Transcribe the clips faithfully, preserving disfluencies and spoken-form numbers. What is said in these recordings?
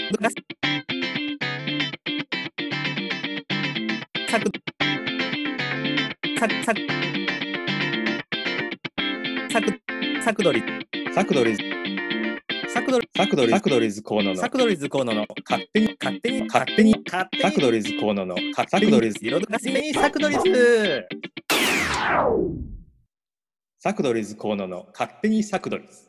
がサクサクサクサクサクドリサクドリズサクドリサクドリサクドリズ河野のサクドリズ河野の勝手に勝手に勝手に勝手にサクドリズ河野の勝手にサクドリズ彩らせにサクドリズサクドリズ河野の勝手にサクドリズ。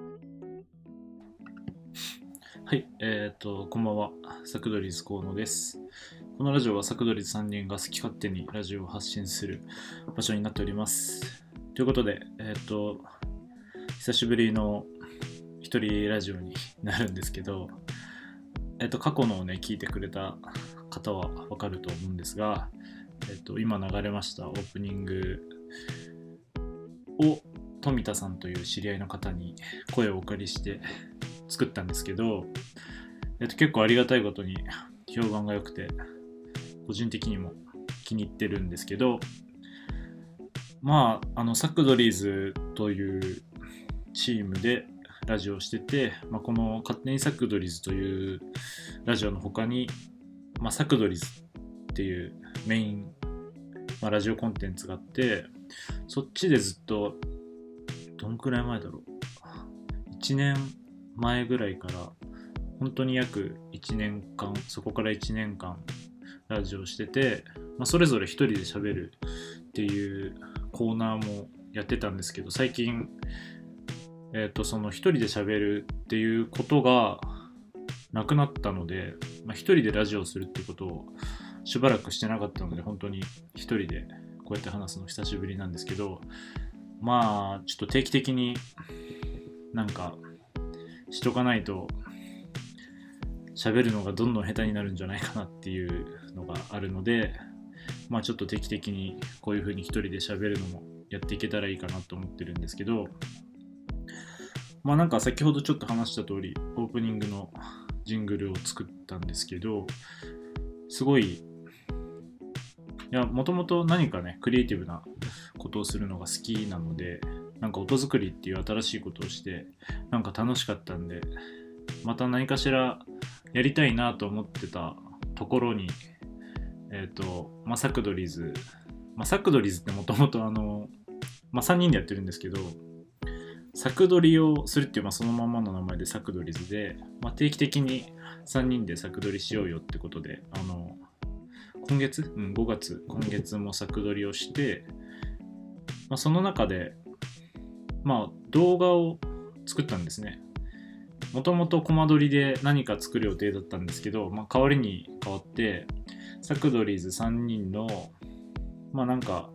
はい、えーと、こんばんは。サクドリズ河野です。このラジオはサクドリズさんにんが好き勝手にラジオを発信する場所になっております。ということで、えーと、久しぶりの一人ラジオになるんですけど、えーと、過去のをね、聞いてくれた方はわかると思うんですが、えーと、今流れましたオープニングを富田さんという知り合いの方に声をお借りして作ったんですけど、えっと、結構ありがたいことに評判が良くて個人的にも気に入ってるんですけど、まああのサクドリーズというチームでラジオをしてて、まあ、この勝手にサクドリーズというラジオの他に、まあ、サクドリーズっていうメイン、まあ、ラジオコンテンツがあって、そっちでずっとどんくらい前だろういちねんまえぐらいから本当に約いちねんかん、そこからいちねんかんラジオしてて、まあ、それぞれ一人で喋るっていうコーナーもやってたんですけど、最近えっとその一人で喋るっていうことがなくなったので、まあ、一人でラジオをするってことをしばらくしてなかったので、本当に一人でこうやって話すの久しぶりなんですけど、まあちょっと定期的になんかしとかないと喋るのがどんどん下手になるんじゃないかなっていうのがあるので、まあちょっと定期的にこういう風に一人で喋るのもやっていけたらいいかなと思ってるんですけど、まあなんか先ほどちょっと話した通りオープニングのジングルを作ったんですけど、すごい、いやもともと何かねクリエイティブなことをするのが好きなので、なんか音作りっていう新しいことをしてなんか楽しかったんで、また何かしらやりたいなと思ってたところに、えっと、まあ、サクドリーズ、まあ、サクドリーズってもともとあの、まあ、さんにんでやってるんですけど、サクドリをするっていう、まあ、そのままの名前でサクドリーズで、まあ、定期的にさんにんでサクドリしようよってことで、あの今月、うん、ごがつ、今月もサクドリをして、まあ、その中でまあ動画を作ったんですね。もともとコマ撮りで何か作る予定だったんですけど、まあ、代わりに変わってサクドリーズさんにんのまあなんか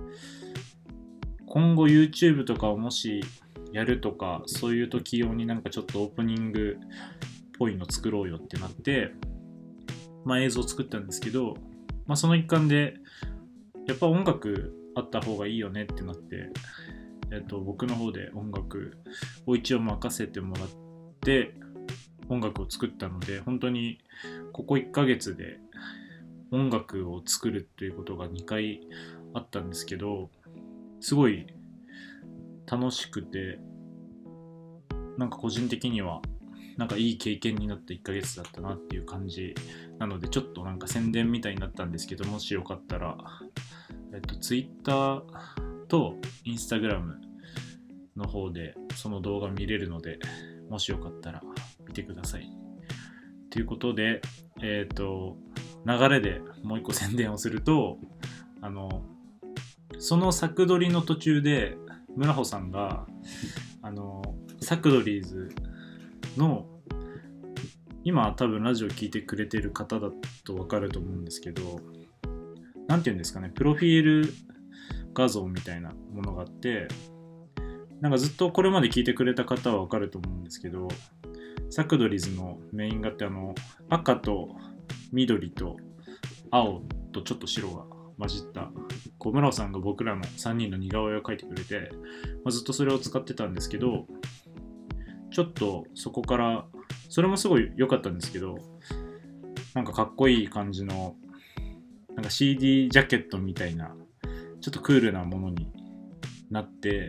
今後 YouTube とかをもしやるとかそういう時用になんかちょっとオープニングっぽいの作ろうよってなって、まあ映像を作ったんですけど、まあその一環でやっぱ音楽あった方がいいよねってなって、えっと僕の方で音楽を一応任せてもらって音楽を作ったので、本当にここいっかげつで音楽を作るということがにかいあったんですけど、すごい楽しくて、なんか個人的にはなんかいい経験になったいっかげつだったなっていう感じなので、ちょっとなんか宣伝みたいになったんですけど、もしよかったらえっと Twitter と Instagram の方でその動画見れるので、もしよかったら見てください。ということで、えっと流れでもう一個宣伝をすると、あのそのサクドリの途中で村穂さんがあのサクドリーズの今多分ラジオ聞いてくれてる方だと分かると思うんですけど、なんていうんですかね、プロフィール画像みたいなものがあって、なんかずっとこれまで聞いてくれた方は分かると思うんですけど、サクドリーズのメイン画ってあの赤と緑と青とちょっと白が混じった小村尾さんが僕らのさんにんの似顔絵を描いてくれて、まあ、ずっとそれを使ってたんですけど、ちょっとそこからそれもすごい良かったんですけど、なんかかっこいい感じのなんか シーディー ジャケットみたいなちょっとクールなものになって、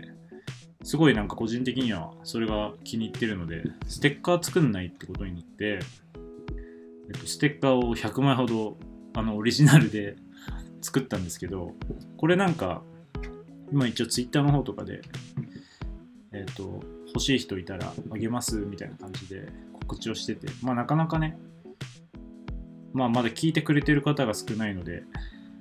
すごいなんか個人的にはそれが気に入ってるので、ステッカー作んないってことになって、 えっと、ステッカーをひゃくまいほどあのオリジナルで作ったんですけど、これなんか今一応ツイッターの方とかで、えっと、欲しい人いたらあげますみたいな感じで告知をしてて、まあなかなかね、まあまだ聞いてくれてる方が少ないので、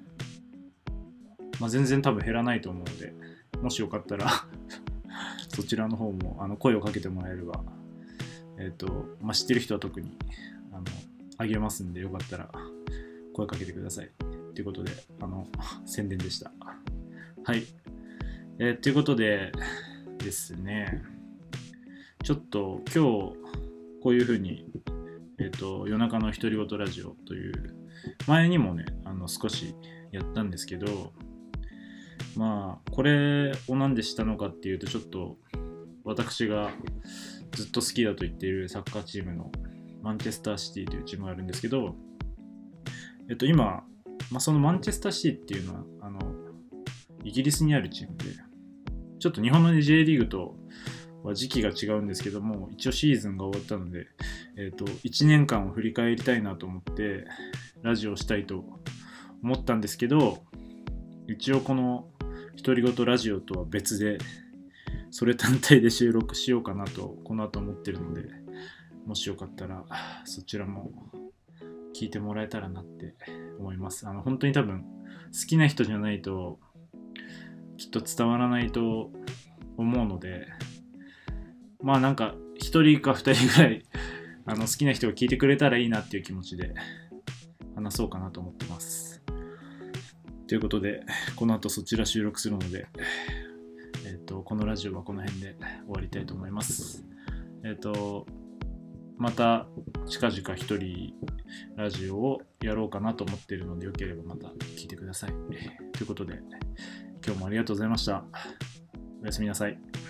まあ全然多分減らないと思うので、もしよかったらそちらの方もあの声をかけてもらえれば、えっと、まあ知ってる人は特にあのあげますんで、よかったら声かけてください。ということで、あの宣伝でした。はい。えー、ということでですね、ちょっと今日こういうふうに、えっと、夜中の独り言ラジオという、前にもね、あの少しやったんですけど、まあ、これをなんでしたのかっていうと、ちょっと私がずっと好きだと言っているサッカーチームのマンチェスターシティというチームがあるんですけど、えっと今、まあ、そのマンチェスターシティっていうのはあのイギリスにあるチームで、ちょっと日本の J リーグとは時期が違うんですけども、一応シーズンが終わったので、えっといちねんかんを振り返りたいなと思ってラジオをしたいと思ったんですけど、一応この独り言ラジオとは別でそれ単体で収録しようかなとこの後思ってるので、もしよかったらそちらも聞いてもらえたらなって思います。あの本当に多分好きな人じゃないときっと伝わらないと思うので、まあなんか一人か二人ぐらいあの好きな人が聞いてくれたらいいなっていう気持ちで話そうかなと思ってます。ということで、この後そちら収録するので、えっとこのラジオはこの辺で終わりたいと思います。えっとまた近々一人ラジオをやろうかなと思っているので、よければまた聞いてください。ということで、今日もありがとうございました。おやすみなさい。